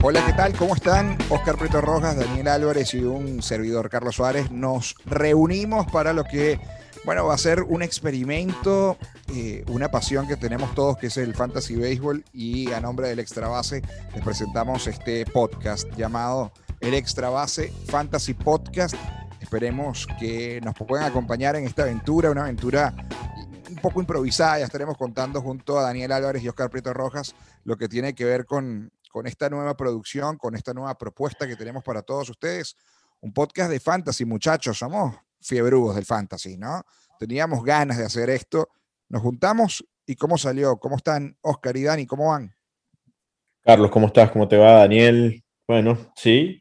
Hola, ¿qué tal? ¿Cómo están? Oscar Prieto Rojas, Daniel Álvarez y un servidor, Carlos Suárez. Nos reunimos para lo que, bueno, va a ser un experimento, una pasión que tenemos todos, que es el Fantasy Baseball. Y a nombre del Extra Base les presentamos este podcast llamado el Extra Base Fantasy Podcast. Esperemos que nos puedan acompañar en esta aventura, una aventura un poco improvisada. Ya estaremos contando junto a Daniel Álvarez y Oscar Prieto Rojas lo que tiene que ver con esta nueva producción, con esta nueva propuesta que tenemos para todos ustedes. Un podcast de fantasy, muchachos. Somos fiebrudos del fantasy, ¿no? Teníamos ganas de hacer esto. Nos juntamos y ¿cómo salió? ¿Cómo están Oscar y Dani? ¿Cómo van? Carlos, ¿cómo estás? ¿Cómo te va, Daniel? Bueno, sí.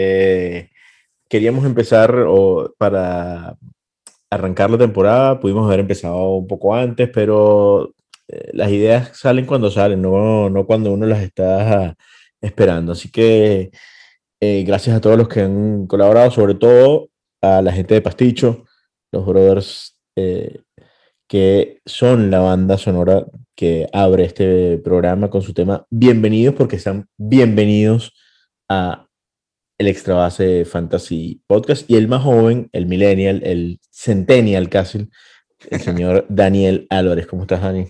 Queríamos empezar para arrancar la temporada. Pudimos haber empezado un poco antes, pero las ideas salen cuando salen, no cuando uno las está esperando. Así que gracias a todos los que han colaborado, sobre todo a la gente de Pasticho, los brothers que son la banda sonora que abre este programa con su tema Bienvenidos, porque están bienvenidos a el Extra Base Fantasy Podcast. Y el más joven, el millennial, el centennial casi, el señor Daniel Álvarez. ¿Cómo estás, Dani?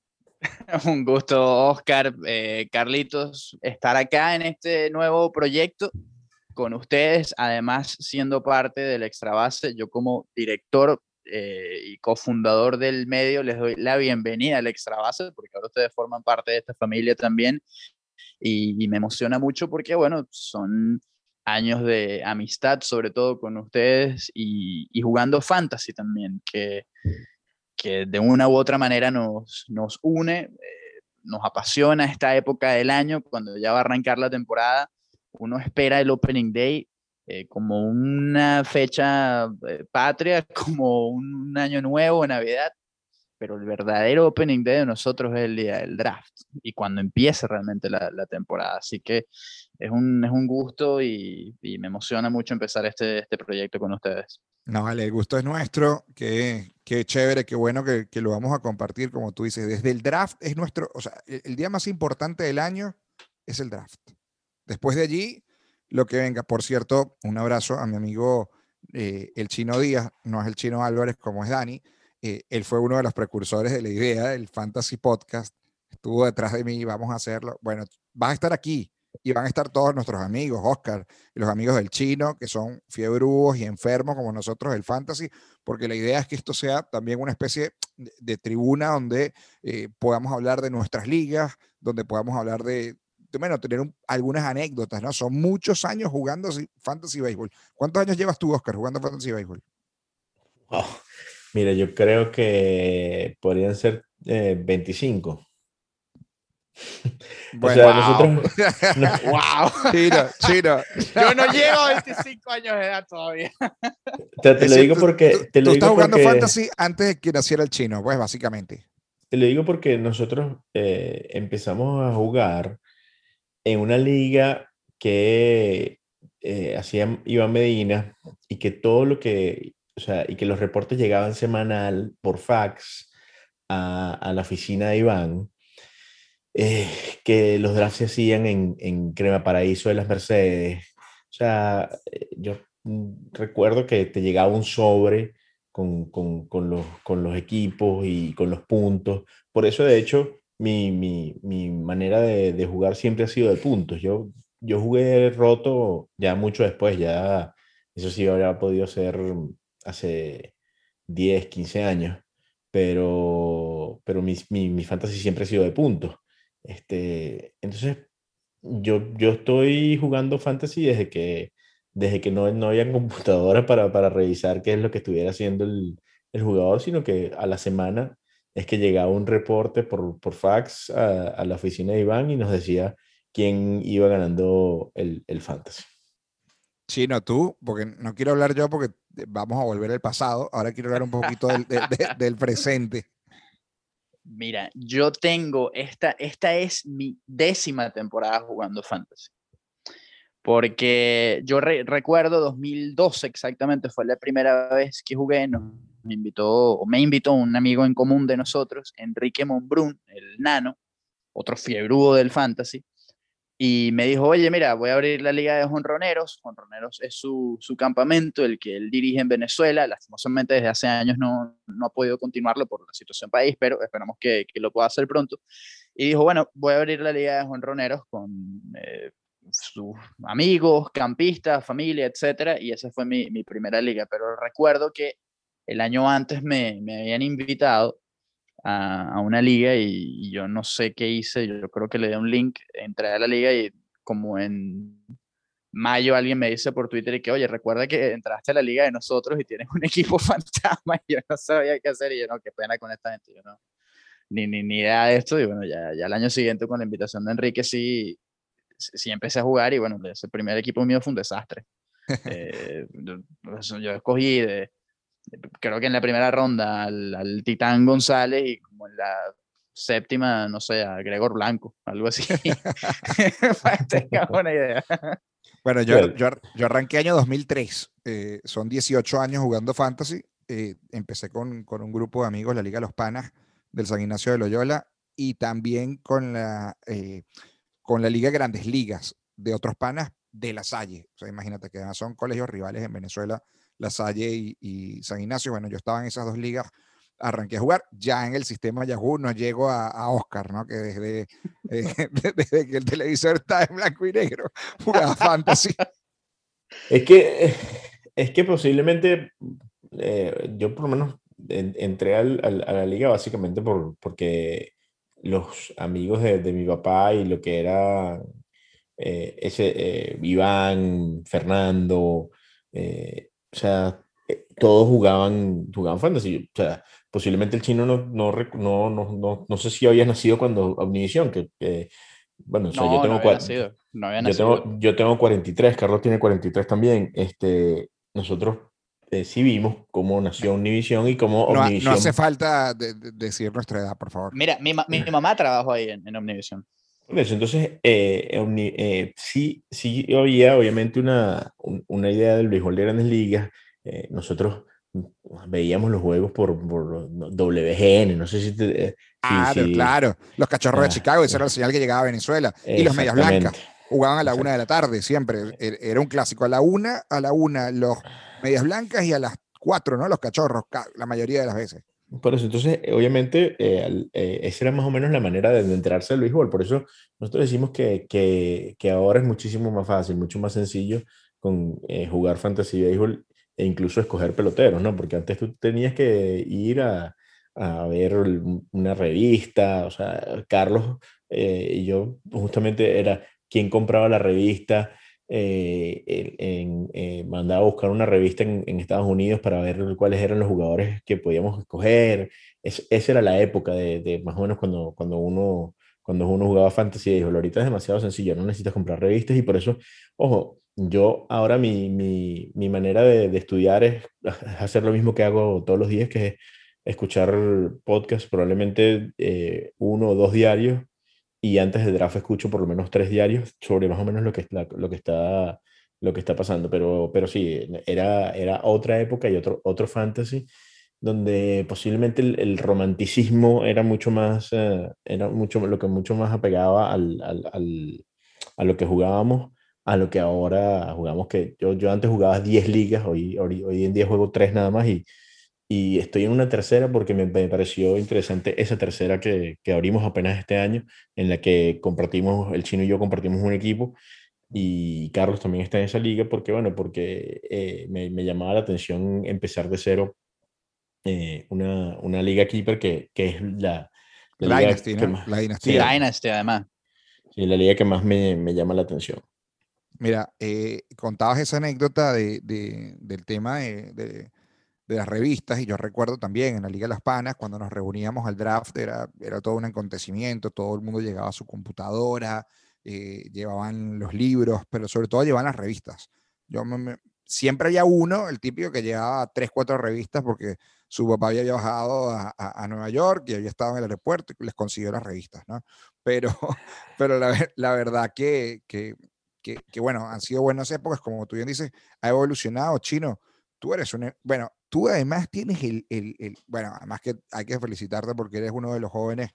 Un gusto, Oscar, Carlitos, estar acá en este nuevo proyecto con ustedes, además siendo parte del Extra Base. Yo como director y cofundador del medio les doy la bienvenida al Extra Base, porque ahora ustedes forman parte de esta familia también, y me emociona mucho porque, bueno, son años de amistad, sobre todo con ustedes, y jugando fantasy también, que de una u otra manera nos une, nos apasiona esta época del año, cuando ya va a arrancar la temporada. Uno espera el Opening Day como una fecha patria, como un año nuevo, Navidad, pero el verdadero Opening Day de nosotros es el día del draft y cuando empiece realmente la temporada. Así que es un gusto y me emociona mucho empezar este proyecto con ustedes. No, vale, el gusto es nuestro. Qué chévere, qué bueno que lo vamos a compartir, como tú dices. Desde el draft es nuestro, o sea, el día más importante del año es el draft. Después de allí, lo que venga. Por cierto, un abrazo a mi amigo el Chino Díaz, no es el Chino Álvarez como es Dani. Él fue uno de los precursores de la idea del Fantasy Podcast. Estuvo detrás de mí, vamos a hacerlo. Bueno, vas a estar aquí y van a estar todos nuestros amigos, Oscar, y los amigos del Chino, que son fiebrúos y enfermos como nosotros del Fantasy, porque la idea es que esto sea también una especie de tribuna donde podamos hablar de nuestras ligas, donde podamos hablar bueno, tener algunas anécdotas, ¿no? Son muchos años jugando Fantasy Baseball. ¿Cuántos años llevas tú, Oscar, jugando Fantasy Baseball? Oh, mira, yo creo que podrían ser 25. O Bueno, sea, ¡Wow! nosotros... No, ¡Wow! Chino. Yo no llego a 25 años de edad todavía. te lo digo porque... Te Tú lo estás digo jugando porque Fantasy antes de que naciera el Chino, pues básicamente. Te lo digo porque nosotros empezamos a jugar en una liga que hacía Iván Medina y que todo lo que, o sea, y que los reportes llegaban semanal por fax a la oficina de Iván, eh, que los drafts se hacían en Crema Paraíso de las Mercedes. O sea, yo recuerdo que te llegaba un sobre con los equipos y con los puntos. Por eso, de hecho, mi manera de jugar siempre ha sido de puntos. Yo jugué roto ya mucho después, ya eso sí habría podido ser hace 10 15 años, pero mi fantasy siempre ha sido de puntos. Entonces, yo estoy jugando fantasy desde que no había computadora para revisar qué es lo que estuviera haciendo el jugador, sino que a la semana es que llegaba un reporte por fax a la oficina de Iván y nos decía quién iba ganando el fantasy. Chino, tú, porque no quiero hablar yo porque vamos a volver al pasado, ahora quiero hablar un poquito del presente. Mira, yo tengo, esta es mi 10ª temporada jugando Fantasy. Porque yo recuerdo 2012 exactamente, fue la primera vez que jugué, me invitó un amigo en común de nosotros, Enrique Monbrun, el nano, otro fiebrudo del Fantasy, y me dijo, oye, mira, voy a abrir la Liga de Jonroneros. Jonroneros es su campamento, el que él dirige en Venezuela. Lastimosamente desde hace años no ha podido continuarlo por la situación país, pero esperamos que lo pueda hacer pronto. Y dijo, bueno, voy a abrir la Liga de Jonroneros con sus amigos, campistas, familia, etcétera. Y esa fue mi primera liga. Pero recuerdo que el año antes me habían invitado a una liga y yo no sé qué hice, yo creo que le di un link, entré a la liga y como en mayo alguien me dice por Twitter y que, oye, recuerda que entraste a la liga de nosotros y tienes un equipo fantasma y yo no sabía qué hacer y yo no, qué pena con esta gente, yo no, ni idea de esto y bueno, ya el año siguiente con la invitación de Enrique sí empecé a jugar y bueno, ese primer equipo mío fue un desastre. Yo escogí creo que en la primera ronda al Titán González y como en la séptima, no sé, a Gregor Blanco, algo así. Para que tengas una idea. Bueno, yo arranqué año 2003. Son 18 años jugando Fantasy. Empecé con un grupo de amigos, la Liga Los Panas del San Ignacio de Loyola, y también con la Liga Grandes Ligas de otros panas de La Salle. O sea, imagínate que son colegios rivales en Venezuela, La Salle y San Ignacio. Bueno, yo estaba en esas dos ligas, arranqué a jugar. Ya en el sistema Yahoo no llego a Oscar, ¿no? Que desde que el televisor está en blanco y negro, jugaba Fantasy. Es que, es que posiblemente yo por lo menos entré a la liga básicamente porque los amigos de mi papá y lo que era Iván, Fernando, o sea, todos jugaban fantasy. O sea, posiblemente el chino no sé si habías nacido cuando Omnivisión, bueno, o sea, No, no había nacido. yo tengo 43, Carlos tiene 43 también. Nosotros sí vimos cómo nació Omnivisión y cómo No hace Omnivisión. falta decir nuestra edad, por favor. Mira, mi mamá trabajó ahí en Omnivisión. Por eso, entonces, sí había obviamente una idea del béisbol de Grandes Ligas. Nosotros veíamos los juegos por WGN, no sé si, Claro, claro. Los Cachorros de ah, Chicago, esa era la señal que llegaba a Venezuela. Y los Medias Blancas exactamente, jugaban a la 1 de exacto. la tarde, siempre. Era un clásico. A la una los Medias Blancas y a las 4, ¿no? Los Cachorros, la mayoría de las veces. Por eso, entonces, obviamente, esa era más o menos la manera de enterarse del béisbol. Por eso nosotros decimos que ahora es muchísimo más fácil, mucho más sencillo con jugar fantasy béisbol e incluso escoger peloteros, ¿no? Porque antes tú tenías que ir a ver una revista, o sea, Carlos y yo justamente era quien compraba la revista, mandaba a buscar una revista en Estados Unidos para ver cuáles eran los jugadores que podíamos escoger. Esa era la época de más o menos cuando uno jugaba fantasy y dijo, ahorita es demasiado sencillo, no necesitas comprar revistas y por eso, ojo, yo ahora mi manera de estudiar es hacer lo mismo que hago todos los días, que es escuchar podcasts, probablemente uno o dos diarios, y antes del draft escucho por lo menos tres diarios sobre más o menos lo que está pasando. Pero sí, era otra época y otro fantasy donde posiblemente el romanticismo era mucho más, lo que mucho más apegaba a lo que jugábamos, a lo que ahora jugamos, que yo antes jugaba 10 ligas, hoy en día juego 3 nada más y estoy en una tercera porque me pareció interesante esa tercera que abrimos apenas este año, en la que compartimos, el chino y yo compartimos un equipo, y Carlos también está en esa liga porque, bueno, porque me llamaba la atención empezar de cero una liga keeper que es la La liga Dynasty, que ¿no? más, La Sí, dinastía. Dynasty además. sí, la liga que más me llama la atención. Mira, contabas esa anécdota del tema de las revistas, y yo recuerdo también en la Liga de las Panas, cuando nos reuníamos al draft, era todo un acontecimiento, todo el mundo llegaba a su computadora, llevaban los libros, pero sobre todo llevaban las revistas. Siempre había uno, el típico que llevaba 3, 4 revistas porque su papá había viajado a Nueva York y había estado en el aeropuerto y les consiguió las revistas, ¿no? Pero, pero la verdad que, bueno, han sido buenas épocas, como tú bien dices, ha evolucionado, Chino. Tú eres bueno, tú además tienes bueno, además que hay que felicitarte porque eres uno de los jóvenes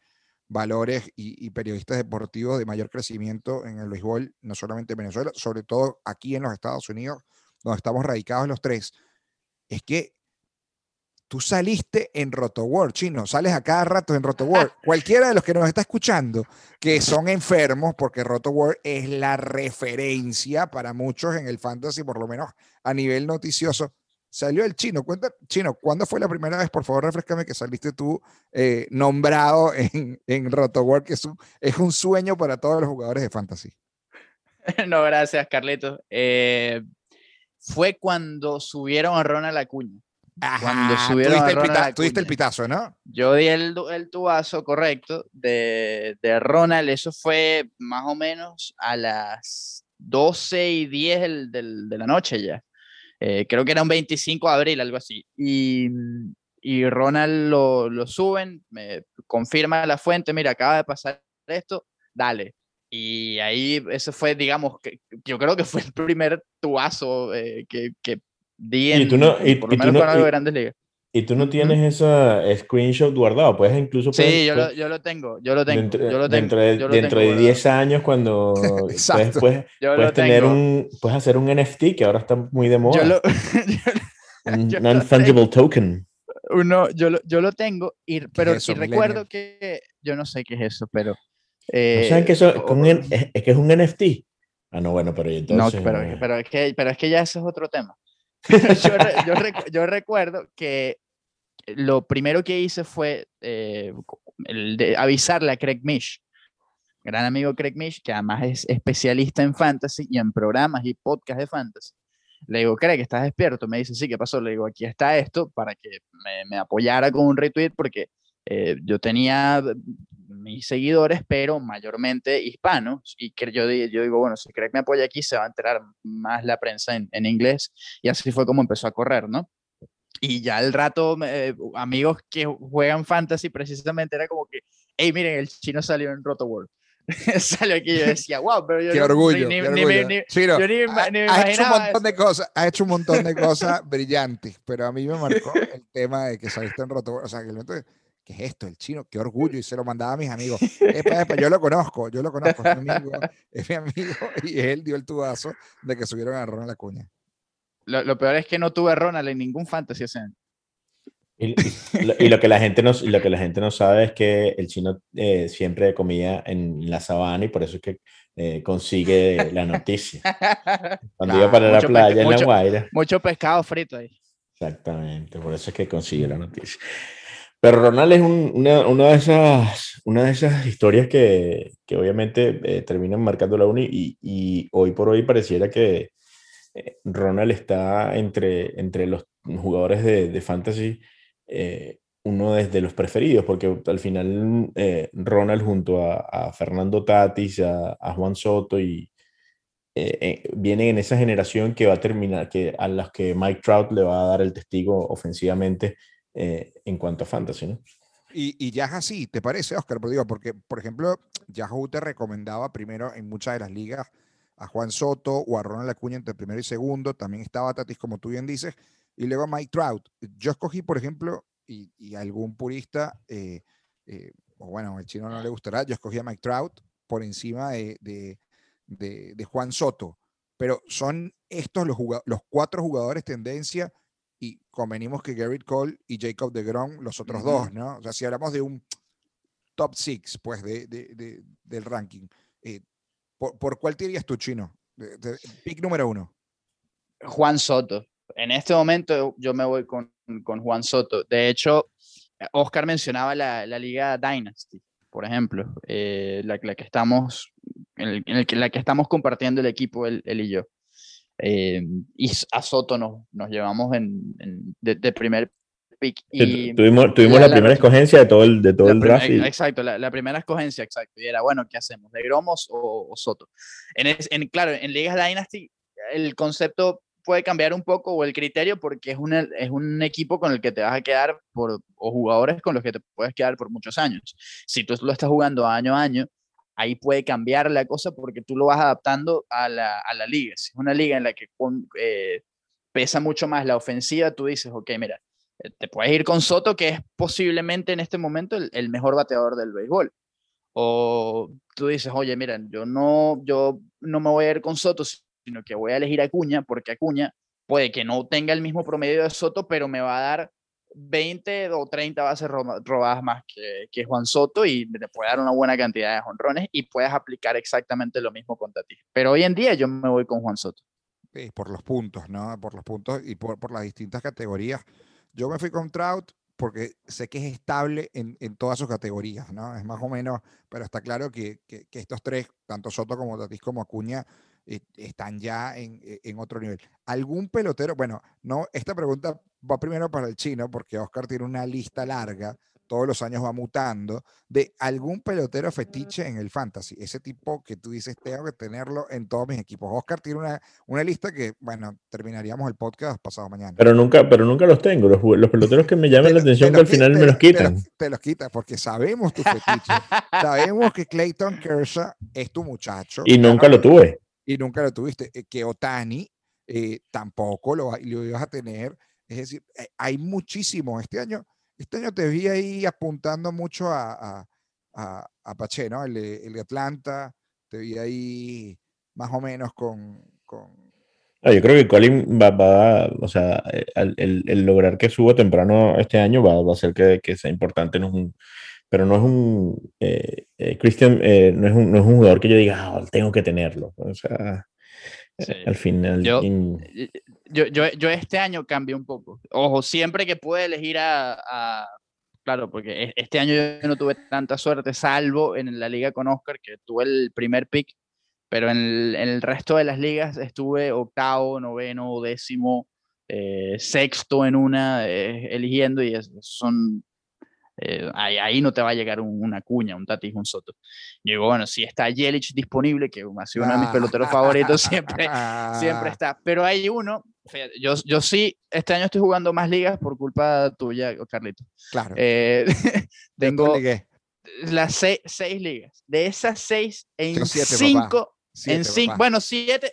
valores y periodistas deportivos de mayor crecimiento en el béisbol, no solamente en Venezuela, sobre todo aquí en los Estados Unidos, donde estamos radicados los tres, es que tú saliste en RotoWorld, Chino, sales a cada rato en RotoWorld. Cualquiera de los que nos está escuchando que son enfermos, porque RotoWorld es la referencia para muchos en el fantasy, por lo menos a nivel noticioso. Salió el Chino. Chino, ¿cuándo fue la primera vez? Por favor, refrescame que saliste tú nombrado en RotoWorld, que es un sueño para todos los jugadores de fantasy. No, gracias, Carlitos. Fue cuando subieron a Ronald Acuña. Cuando subieron a Ronald Acuña. Tuviste el pitazo, ¿no? Yo di el tubazo correcto de Ronald. Eso fue más o menos a las 12:10 de la noche ya. Creo que era un 25 de abril, algo así. Y Ronald lo suben, me confirma la fuente, mira, acaba de pasar esto, dale. Y ahí eso fue, digamos, yo creo que fue el primer tubazo que di en, por lo menos con algo de Grandes Ligas. Y tú no tienes esa screenshot guardado, puedes incluso... Sí, yo lo tengo. Dentro de 10 años, cuando puedes hacer un NFT, que ahora está muy de moda. Un non-fungible token. Yo lo tengo, pero eso, recuerdo que... Yo no sé qué es eso, pero... ¿No saben que eso es que es un NFT? Ah, no, bueno, pero entonces... No, pero es que ya ese es otro tema. yo recuerdo que lo primero que hice fue el de avisarle a Craig Mish, gran amigo Craig Mish, que además es especialista en fantasy y en programas y podcasts de fantasy. Le digo, Craig, ¿estás despierto? Me dice, sí, ¿qué pasó? Le digo, aquí está esto, para que me apoyara con un retweet, porque yo tenía mis seguidores, pero mayormente hispanos, y que yo digo, bueno, si Craig me apoya aquí, se va a enterar más la prensa en inglés, y así fue como empezó a correr, ¿no? Y ya al rato, amigos que juegan fantasy, precisamente era como que, hey, miren, el Chino salió en RotoWorld. Salió aquí y yo decía, wow, pero yo qué orgullo. Chino, yo ni me ha hecho un imaginaba montón de cosas, brillantes, pero a mí me marcó el tema de que saliste en RotoWorld. O sea, que ¿qué es esto? El Chino, qué orgullo. Y se lo mandaba a mis amigos. Yo lo conozco, es mi amigo, y él dio el tubazo de que subieron a Ronald Acuña. Lo peor es que no tuve a Ronald en ningún fantasy ese año. Y lo que la gente no sabe es que el Chino siempre comía en la sabana, y por eso es que consigue la noticia. Cuando iba para la playa en La Guaira. Mucho pescado frito ahí. Exactamente, por eso es que consigue la noticia. Pero Ronald es una de esas historias que obviamente terminan marcando la uni, y hoy por hoy pareciera que Ronald está entre los jugadores de fantasy, uno de los preferidos, porque al final Ronald junto a Fernando Tatis, a Juan Soto, y vienen en esa generación que va a terminar, a las que Mike Trout le va a dar el testigo ofensivamente en cuanto a fantasy, ¿no? Y ya es así, ¿te parece, Oscar? Porque, por ejemplo, Yahoo te recomendaba primero en muchas de las ligas a Juan Soto o a Ronald Acuña entre primero y segundo, también estaba Tatis, como tú bien dices, y luego a Mike Trout. Yo escogí, por ejemplo, y algún purista, o bueno, el Chino no le gustará, yo escogí a Mike Trout por encima de Juan Soto, pero son estos los 4 jugadores tendencia, y convenimos que Gerrit Cole y Jacob deGrom, los otros dos, ¿no? O sea, si hablamos de un top 6, pues, del ranking, ¿por cuál te irías tú, Chino? Pick número 1. Juan Soto. En este momento yo me voy con Juan Soto. De hecho, Oscar mencionaba la Liga Dynasty, por ejemplo, la que estamos, la que estamos compartiendo el equipo, él y yo. Y a Soto nos llevamos de primer pick. Y tuvimos la primera escogencia de todo el draft. Exacto, la primera escogencia, exacto. Y era, bueno, ¿qué hacemos? ¿De Gromos o Soto? Claro, en Ligas Dynasty el concepto puede cambiar un poco, o el criterio, porque es un equipo con el que te vas a quedar o jugadores con los que te puedes quedar por muchos años. Si tú lo estás jugando año a año, ahí puede cambiar la cosa, porque tú lo vas adaptando a la liga. Si es una liga en la que pesa mucho más la ofensiva, tú dices, ok, mira, te puedes ir con Soto, que es posiblemente en este momento el mejor bateador del béisbol. o tú dices, oye, miren, yo no me voy a ir con Soto, sino que voy a elegir a Acuña, porque Acuña puede que no tenga el mismo promedio de Soto, pero me va a dar 20 o 30 bases robadas más que Juan Soto y te puede dar una buena cantidad de jonrones y puedes aplicar exactamente lo mismo con Tatis. Pero hoy en día yo me voy con Juan Soto. Sí, por los puntos, ¿no? Por los puntos y por las distintas categorías. Yo me fui con Trout porque sé que es estable en todas sus categorías, ¿no? Es más o menos, pero está claro que estos tres, tanto Soto como Tatis como Acuña, están ya en otro nivel. ¿Algún pelotero? Bueno, no, esta pregunta va primero para el chino, porque Oscar tiene una lista larga, todos los años va mutando, de algún pelotero fetiche en el fantasy. Ese tipo que tú dices, tengo que tenerlo en todos mis equipos. Oscar tiene una lista que, bueno, terminaríamos el podcast pasado mañana. Pero nunca los tengo. Los peloteros que me llaman la atención que al final me los quitan. Te los quitas porque sabemos tu fetiche. Sabemos que Clayton Kershaw es tu muchacho. Y nunca lo tuve. Y nunca lo tuviste. Que Ohtani tampoco lo ibas a tener. Es decir, hay muchísimo. Este año te vi ahí apuntando mucho a Pache, ¿no? El de Atlanta. Te vi ahí más o menos con yo creo que Colin o sea, el lograr que suba temprano este año va a hacer que sea importante. Pero no es un Christian, no es un jugador que yo diga, tengo que tenerlo. O sea, sí. Al final. Yo este año cambié un poco. Ojo, siempre que pude elegir claro, porque este año yo no tuve tanta suerte, salvo en la liga con Oscar, que tuve el primer pick, pero en el resto de las ligas estuve octavo, noveno, décimo, sexto en una, eligiendo, y son ahí no te va a llegar una Acuña, un Tatis, un Soto. Y digo, bueno, si está Yelich disponible, que ha sido uno de mis peloteros favoritos, siempre está. Pero hay uno, fíjate, yo sí, este año estoy jugando más ligas por culpa tuya, Carlito. Claro. Tengo las 6 ligas. De esas 6, en 5, bueno, 7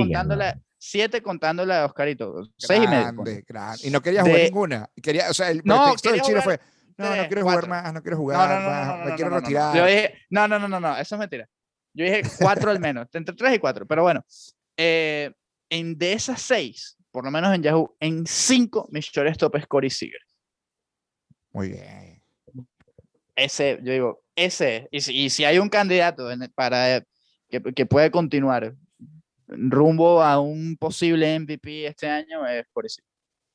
contando la de Oscarito. 6 y medio. Y no querías jugar ninguna. O sea, el pretexto del chino fue, no quiero jugar más, no quiero jugar más, me quiero retirar. Yo dije, no, eso es mentira. Yo dije 4 al menos, entre 3 y 4, pero bueno. De esas 6, por lo menos en Yahoo, en 5 mi shortstop es Corey Seager. Muy bien. Yo digo, ese, y si hay un candidato para que puede continuar rumbo a un posible MVP este año, es Corey Seager.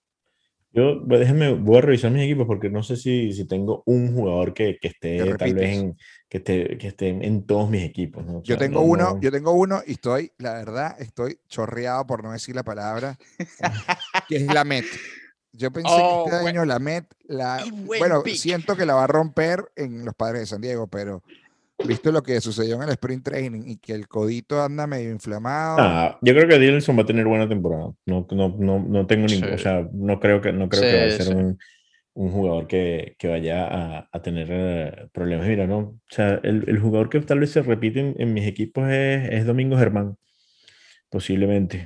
Voy a revisar mis equipos porque no sé si tengo un jugador que esté tal vez que esté en todos mis equipos, ¿no? O sea, yo tengo uno y la verdad, estoy chorreado por no decir la palabra, que es la Met. Yo pensé que este año la Met, siento que la va a romper en los Padres de San Diego, pero visto lo que sucedió en el sprint training y que el codito anda medio inflamado. Yo creo que Dilson va a tener buena temporada. No tengo ningún, o sea, no creo que vaya a ser un jugador que vaya a tener problemas. Mira, ¿no? O sea, el jugador que tal vez se repite en mis equipos es Domingo Germán, posiblemente.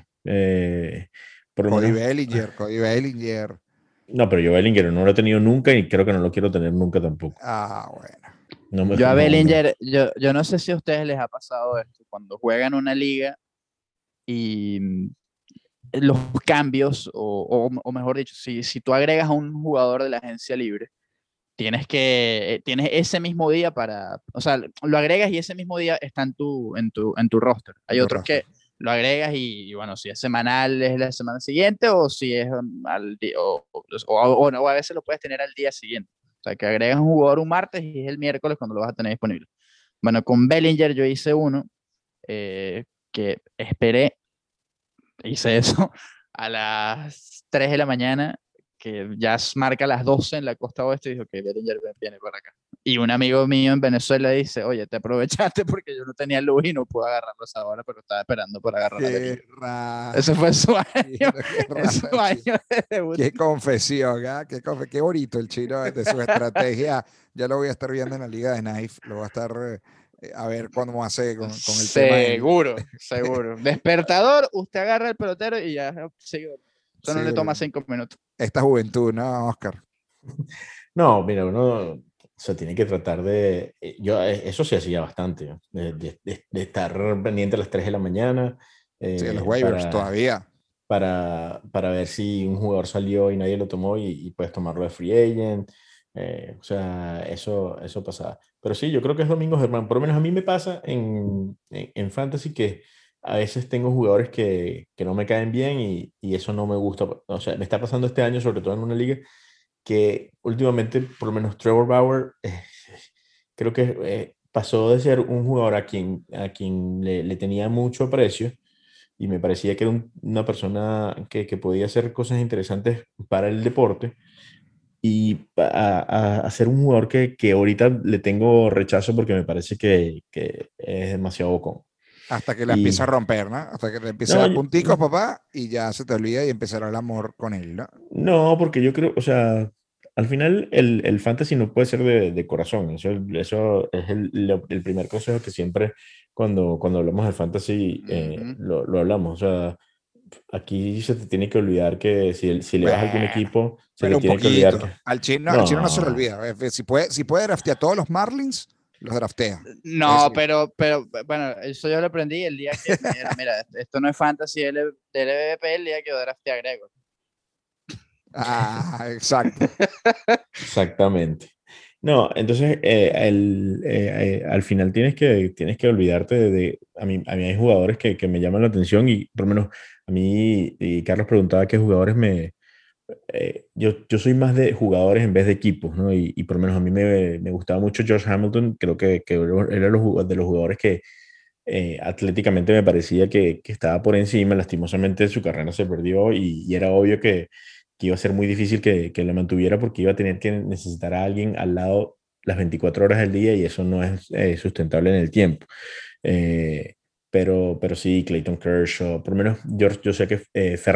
Cody Bellinger. No, pero yo Bellinger no lo he tenido nunca y creo que no lo quiero tener nunca tampoco. Bueno. Yo a Bellinger, yo no sé si a ustedes les ha pasado esto, cuando juegan una liga y los cambios, o mejor dicho, si tú agregas a un jugador de la agencia libre, tienes ese mismo día o sea, lo agregas y ese mismo día está en tu roster. Hay otros que lo agregas y bueno, si es semanal es la semana siguiente, o si es al día, o a veces lo puedes tener al día siguiente. O sea, que agregas un jugador un martes y es el miércoles cuando lo vas a tener disponible. Bueno, con Bellinger yo hice uno que hice eso a las 3 de la mañana, que ya marca las 12 en la costa oeste, y dijo que Bellinger viene para acá. Y un amigo mío en Venezuela dice, oye, te aprovechaste porque yo no tenía luz y no pude agarrarlo a esa hora, pero estaba esperando para agarrarlo. Ese fue su año, de debut. Qué confesión, qué bonito el chino de su estrategia. Ya lo voy a estar viendo en la Liga de Knife, lo voy a estar... a ver cómo hace con el tema. Seguro. Despertador, usted agarra el pelotero y ya sigue. Eso no le toma 5 minutos. Esta juventud, ¿no, Oscar? No, mira, uno O sea, tiene que tratar de... Yo eso se hacía bastante, ¿no? De estar pendiente a las 3 de la mañana Sí, los waivers todavía. para ver si un jugador salió y nadie lo tomó y puedes tomarlo de free agent. O sea, eso pasaba. Pero sí, yo creo que es domingo, Germán. Por lo menos a mí me pasa en Fantasy que a veces tengo jugadores que no me caen bien y eso no me gusta. O sea, me está pasando este año, sobre todo en una liga, que últimamente, por lo menos Trevor Bauer, creo que pasó de ser un jugador a quien le tenía mucho aprecio y me parecía que era una persona que podía hacer cosas interesantes para el deporte y a ser un jugador que ahorita le tengo rechazo porque me parece que es demasiado bocón. Hasta que la empieza a Y romper, ¿no? Hasta que te empieza a no, dar punticos, papá, y ya se te olvida y empezará el amor con él, ¿no? no, porque yo creo, o sea, al final el fantasy no puede ser de corazón. Eso es el primer consejo que siempre cuando hablamos de fantasy Ujú. lo hablamos. O sea, aquí se te tiene que olvidar que si le vas a algún Bueno, equipo, se te pero un tiene que olvidar poquito. que... Al chino no se le No, olvida. Si puede draftear a todos los Marlins, los draftea. No, Ese. pero bueno, eso yo lo aprendí el día que me dijeron, mira, esto no es fantasy del LVP, el día que yo drafté a Gregor. Ah, exacto. exactamente. No, entonces al final tienes que olvidarte a mí hay jugadores que me llaman la atención y por lo menos a mí, y Carlos preguntaba qué jugadores yo soy más de jugadores en vez de equipos, ¿no? Y por lo menos a mí me gustaba mucho George Hamilton, creo que era de los jugadores que atléticamente me parecía que estaba por encima, lastimosamente su carrera se perdió y era obvio que iba a ser muy difícil que la mantuviera porque iba a tener que necesitar a alguien al lado las 24 horas del día y eso no es sustentable en el tiempo. Eh, pero sí, Clayton Kershaw, por lo menos yo sé que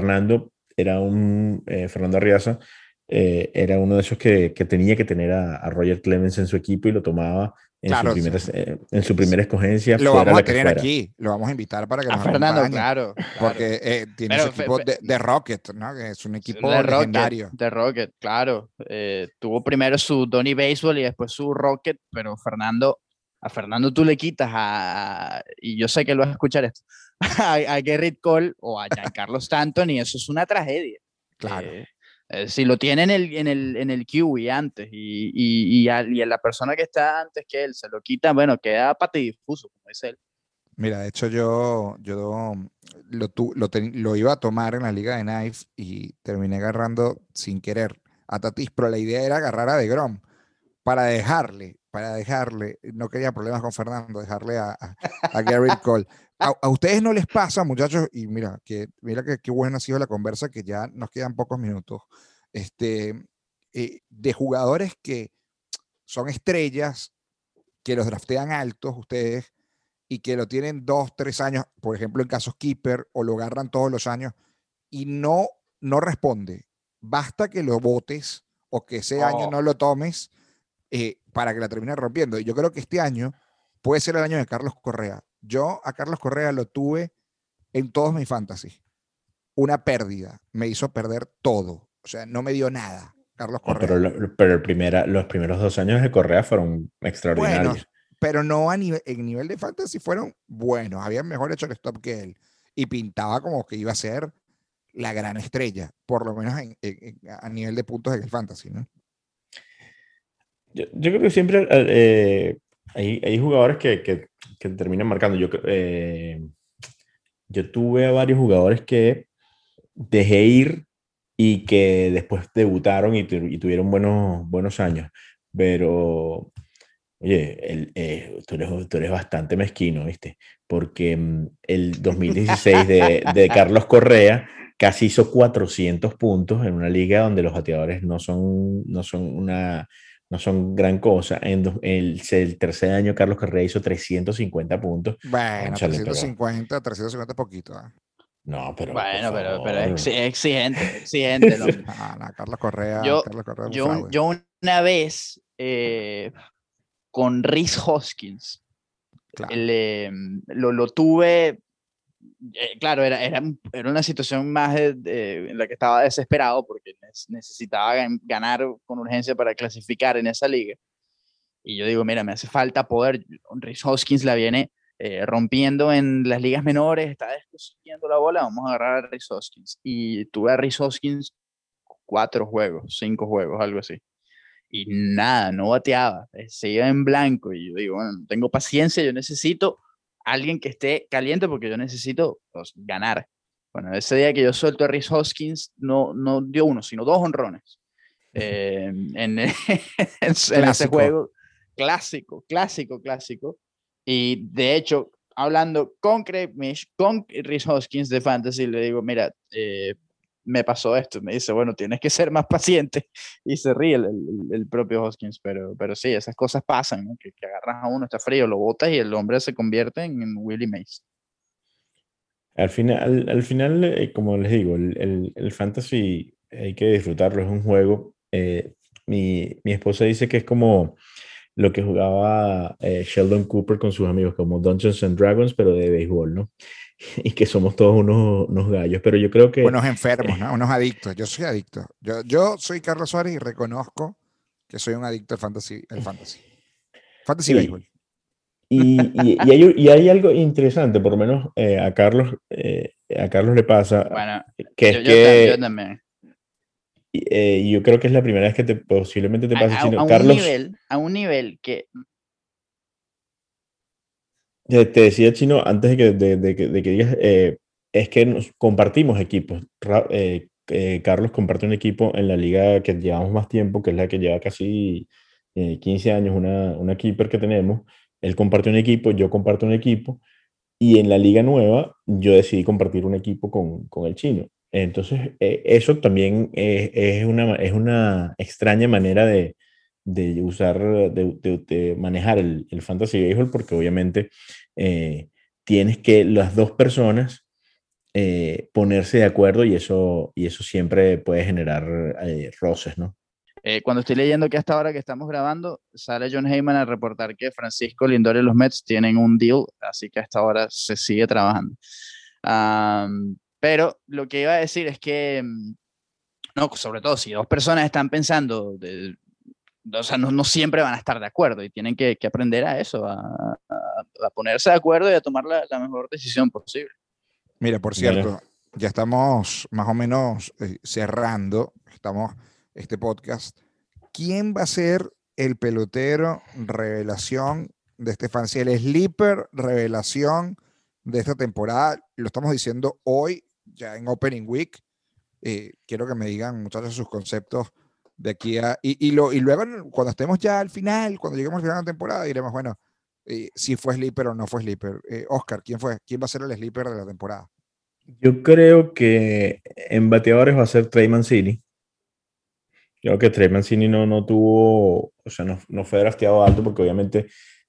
Fernando Arriaza era uno de esos que tenía que tener a Roger Clemens en su equipo y lo tomaba Claro, en su primera escogencia, lo fuera vamos a la que tener fuera. aquí, lo vamos a invitar para que A nos Fernando, acompañe, claro, claro. porque tiene su Pero equipo de Rocket, ¿no? Que es un equipo legendario. De Rocket, claro. Tuvo primero su Donny Baseball y después su Rocket, pero a Fernando tú le quitas y yo sé que lo vas a escuchar esto, a Gerrit Cole o a Giancarlo Stanton y eso es una tragedia. Claro. Si lo tiene en el QB antes y a la persona que está antes que él se lo quita, bueno, queda patidifuso, como dice él. Mira, de hecho yo lo iba a tomar en la liga de Knife y terminé agarrando sin querer a Tatis, pero la idea era agarrar a DeGrom para dejarle, no quería problemas con Fernando, dejarle a Garrett Cole. A ustedes no les pasa, muchachos, y mira que qué buena ha sido la conversa, que ya nos quedan pocos minutos, este, de jugadores que son estrellas, que los draftean altos ustedes y que lo tienen 2, 3 años, por ejemplo, en casos keeper, o lo agarran todos los años y no responde. Basta que lo votes o que ese año Oh, no lo tomes para que la termine rompiendo. Y yo creo que este año puede ser el año de Carlos Correa. Yo a Carlos Correa lo tuve en todos mis fantasy. Una pérdida. Me hizo perder todo. O sea, no me dio nada, Carlos No, pero, Correa. los primeros 2 años de Correa fueron extraordinarios. Buenos, pero no en nivel de fantasy fueron buenos. Habían mejor hecho el stop que él. Y pintaba como que iba a ser la gran estrella, por lo menos a nivel de puntos en el fantasy, ¿no? Yo creo que siempre hay jugadores que terminan marcando. Yo tuve a varios jugadores que dejé ir y que después debutaron y tuvieron buenos años. Pero, oye, tú eres bastante mezquino, ¿viste? Porque el 2016 de Carlos Correa casi hizo 400 puntos en una liga donde los bateadores no son gran cosa. El tercer año Carlos Correa hizo 350 puntos. Bueno, Cónchale, pero 350 es poquito. no, pero por bueno, pero favor. exigente, exigente el hombre. No, no, Carlos Yo, Correa es un yo, fraude. yo una vez con Rhys Hoskins, Claro. lo tuve, claro, era una situación más en la que estaba desesperado porque necesitaba ganar con urgencia para clasificar en esa liga. Y yo digo, mira, me hace falta poder. Rhys Hoskins la viene rompiendo en las ligas menores, está descosiendo la bola, vamos a agarrar a Rhys Hoskins. Y tuve a Rhys Hoskins 4 juegos, 5 juegos, algo así. Y nada, no bateaba, se iba en blanco. Y yo digo, bueno, no tengo paciencia, yo necesito alguien que esté caliente porque yo necesito pues, ganar. Bueno, ese día que yo suelto a Rhys Hoskins, no dio uno, sino 2 honrones. En ese juego clásico, clásico, clásico. Y de hecho, hablando con Craig Mish, con Rhys Hoskins de Fantasy, le digo, mira, me pasó esto. Me dice, bueno, tienes que ser más paciente. Y se ríe el propio Hoskins, pero sí, esas cosas pasan, ¿no? Que agarras a uno, está frío, lo botas y el hombre se convierte en Willie Mays. Al final, como les digo, el fantasy hay que disfrutarlo, es un juego. Mi esposa dice que es como lo que jugaba Sheldon Cooper con sus amigos, como Dungeons and Dragons, pero de béisbol, ¿no? Y que somos todos unos gallos, pero yo creo que... Unos enfermos, ¿no? Unos adictos. Yo soy adicto. Yo soy Carlos Suárez y reconozco que soy un adicto al fantasy. Fantasy béisbol. Y hay algo interesante, por lo menos a Carlos le pasa, bueno, que es yo también. Yo creo que es la primera vez que posiblemente te pase, Chino. A un nivel que... Te decía, Chino, antes de que digas, es que nos compartimos equipos. Carlos comparte un equipo en la liga que llevamos más tiempo, que es la que lleva casi 15 años, una keeper que tenemos. Él comparte un equipo, yo comparto un equipo, y en la liga nueva yo decidí compartir un equipo con el Chino. Entonces, eso también es una extraña manera de usar, de manejar el fantasy baseball, porque obviamente tienes que las dos personas ponerse de acuerdo, y eso siempre puede generar roces, ¿no? Cuando estoy leyendo que hasta ahora que estamos grabando, sale John Heyman a reportar que Francisco Lindor y los Mets tienen un deal, así que hasta ahora se sigue trabajando. Pero lo que iba a decir es que, no, sobre todo si 2 personas están pensando, o sea, no siempre van a estar de acuerdo y tienen que aprender a eso, a ponerse de acuerdo y a tomar la mejor decisión posible. Mira, por cierto, ya estamos más o menos cerrando este podcast. ¿Quién va a ser el pelotero revelación de este fantasy? El sleeper revelación de esta temporada. Lo estamos diciendo hoy, ya en Opening Week. Quiero que me digan, muchachos, sus conceptos de aquí a... Y luego, cuando estemos ya al final, cuando lleguemos al final de la temporada, diremos, bueno, si fue sleeper o no fue sleeper. Oscar, ¿quién fue? ¿Quién va a ser el sleeper de la temporada? Yo creo que en bateadores va a ser Trey Mancini. Creo que Trey Mancini no tuvo, o sea, no fue drafteado alto porque obviamente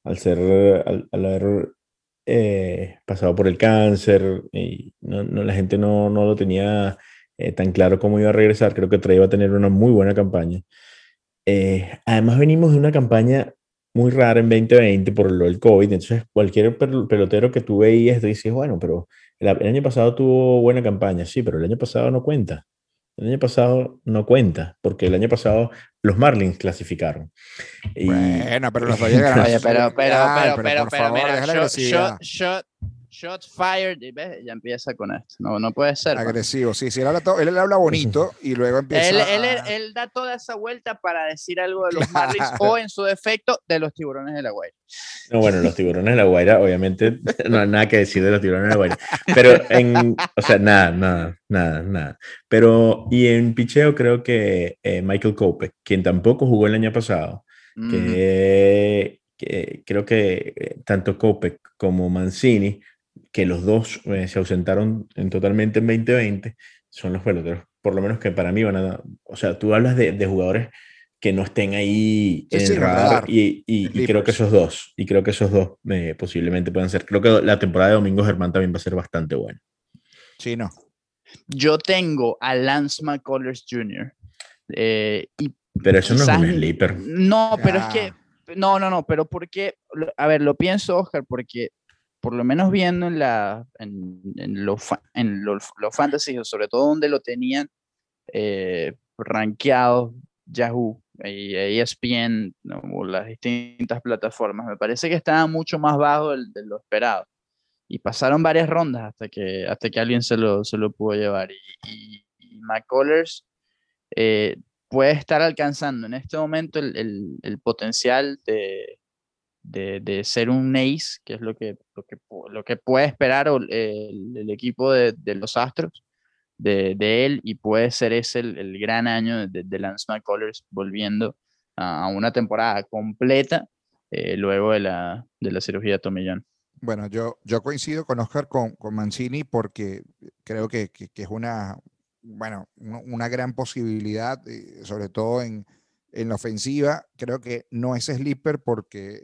al haber pasado por el cáncer y la gente no lo tenía tan claro cómo iba a regresar. Creo que Trey va a tener una muy buena campaña. Además venimos de una campaña muy rara en 2020 por lo del COVID, entonces cualquier pelotero que tú veías, tú dices, bueno, pero el año pasado tuvo buena campaña, sí, pero el año pasado no cuenta. El año pasado no cuenta, porque el año pasado los Marlins clasificaron. Bueno, pero los Dodgers ganaron. Oye, pero por favor, mira, deja la agresividad. Shots fired, ¿ves? Ya empieza con esto. No puede ser. Agresivo, sí, él habla bonito y luego empieza él da toda esa vuelta para decir algo de los Marlins o en su defecto de los Tiburones de la Guaira. No, bueno, los Tiburones de la Guaira, obviamente, no hay nada que decir de los Tiburones de la Guaira. Pero o sea, nada. Pero, y en picheo creo que Michael Kopech, quien tampoco jugó el año pasado, que creo que tanto Kopech como Mancini, que los dos se ausentaron totalmente en 2020, son los peloteros, por lo menos que para mí van a... O sea, tú hablas de jugadores que no estén ahí en el radar, y creo que esos dos, posiblemente puedan ser. Creo que la temporada de Domingo Germán también va a ser bastante buena. Sí, no. Yo tengo a Lance McCullers Jr. Pero eso no es un sleeper. No, pero es que no, pero porque, a ver, lo pienso, Oscar, porque por lo menos viendo en los fantasies, sobre todo donde lo tenían rankeado Yahoo, y ESPN, ¿no? Las distintas plataformas, me parece que estaba mucho más bajo de lo esperado. Y pasaron varias rondas hasta que alguien se lo pudo llevar. Y McCullers puede estar alcanzando en este momento el potencial de ser un ace, que es lo que puede esperar el equipo de los Astros de él, y puede ser ese el gran año de Lance McCullers volviendo a una temporada completa luego de la cirugía de Tommy John. Bueno, yo coincido con Oscar con Mancini porque creo que es una gran posibilidad, sobre todo en la ofensiva. Creo que no es sleeper porque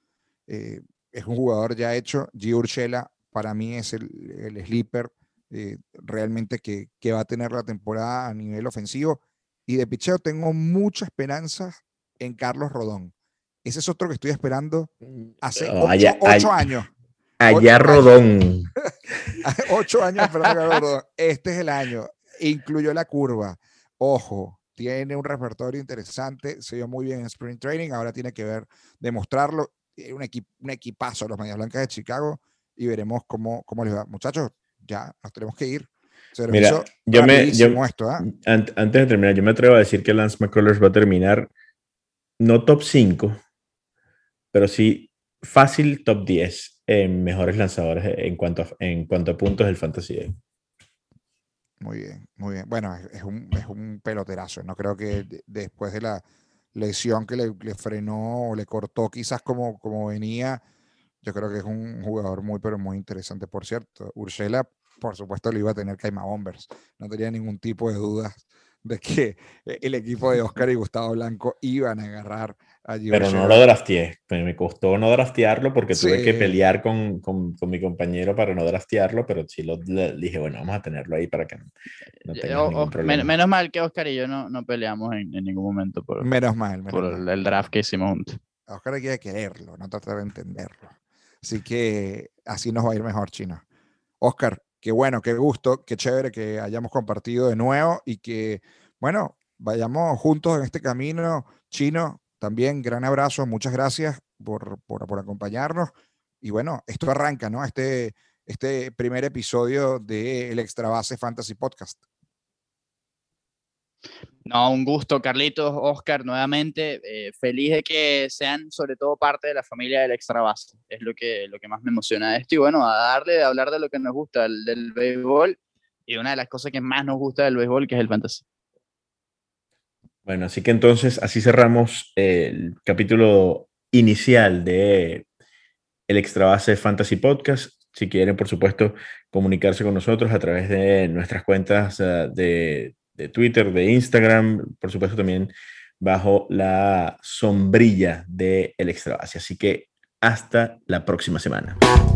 es un jugador ya hecho. Gio Urshela para mí es el sleeper realmente que va a tener la temporada a nivel ofensivo. Y de picheo tengo mucha esperanza en Carlos Rodón. Ese es otro que estoy esperando hace 8 años. Allá Rodón. 8 años esperando a Carlos Rodón. Este es el año. Incluyó la curva. Ojo, tiene un repertorio interesante. Se vio muy bien en Spring Training. Ahora tiene que demostrarlo. Un equipazo los Medias Blancas de Chicago. Y veremos cómo les va. Muchachos, ya nos tenemos que ir. Mira, antes de terminar, yo me atrevo a decir que Lance McCullers va a terminar no top 5, pero sí fácil top 10 en mejores lanzadores en cuanto a puntos del Fantasy. Muy bien, muy bien. Bueno, es un peloterazo. No creo que después de la lesión que le frenó o le cortó quizás como venía, yo creo que es un jugador pero muy interesante. Por cierto, Urshela, por supuesto, lo iba a tener Caima Bombers. No tenía ningún tipo de dudas de que el equipo de Oscar y Gustavo Blanco iban a agarrar allí. Pero Urshela. no lo drafteé. Me costó no draftearlo porque tuve que pelear con mi compañero para no draftearlo, pero sí le dije, bueno, vamos a tenerlo ahí para que no tengas ningún problema. Menos mal que Oscar y yo no peleamos en ningún momento por el draft que hicimos juntos. A Oscar hay que quererlo, no tratar de entenderlo. Así que así nos va a ir mejor, Chino. Oscar, qué bueno, qué gusto, qué chévere que hayamos compartido de nuevo y que, bueno, vayamos juntos en este camino. Chino, también gran abrazo, muchas gracias por acompañarnos. Y bueno, esto arranca, ¿no? Este primer episodio del Extra Base Fantasy Podcast. No, un gusto, Carlitos, Oscar, nuevamente. Feliz de que sean sobre todo parte de la familia del Extra Base. Es lo que más me emociona de esto. Y bueno, a hablar de lo que nos gusta, del béisbol, y una de las cosas que más nos gusta del béisbol, que es el fantasy. Bueno, así que entonces así cerramos el capítulo inicial de el Extra Base Fantasy Podcast. Si quieren, por supuesto, comunicarse con nosotros a través de nuestras cuentas de Twitter, de Instagram, por supuesto también bajo la sombrilla de El Extra Base. Así que hasta la próxima semana.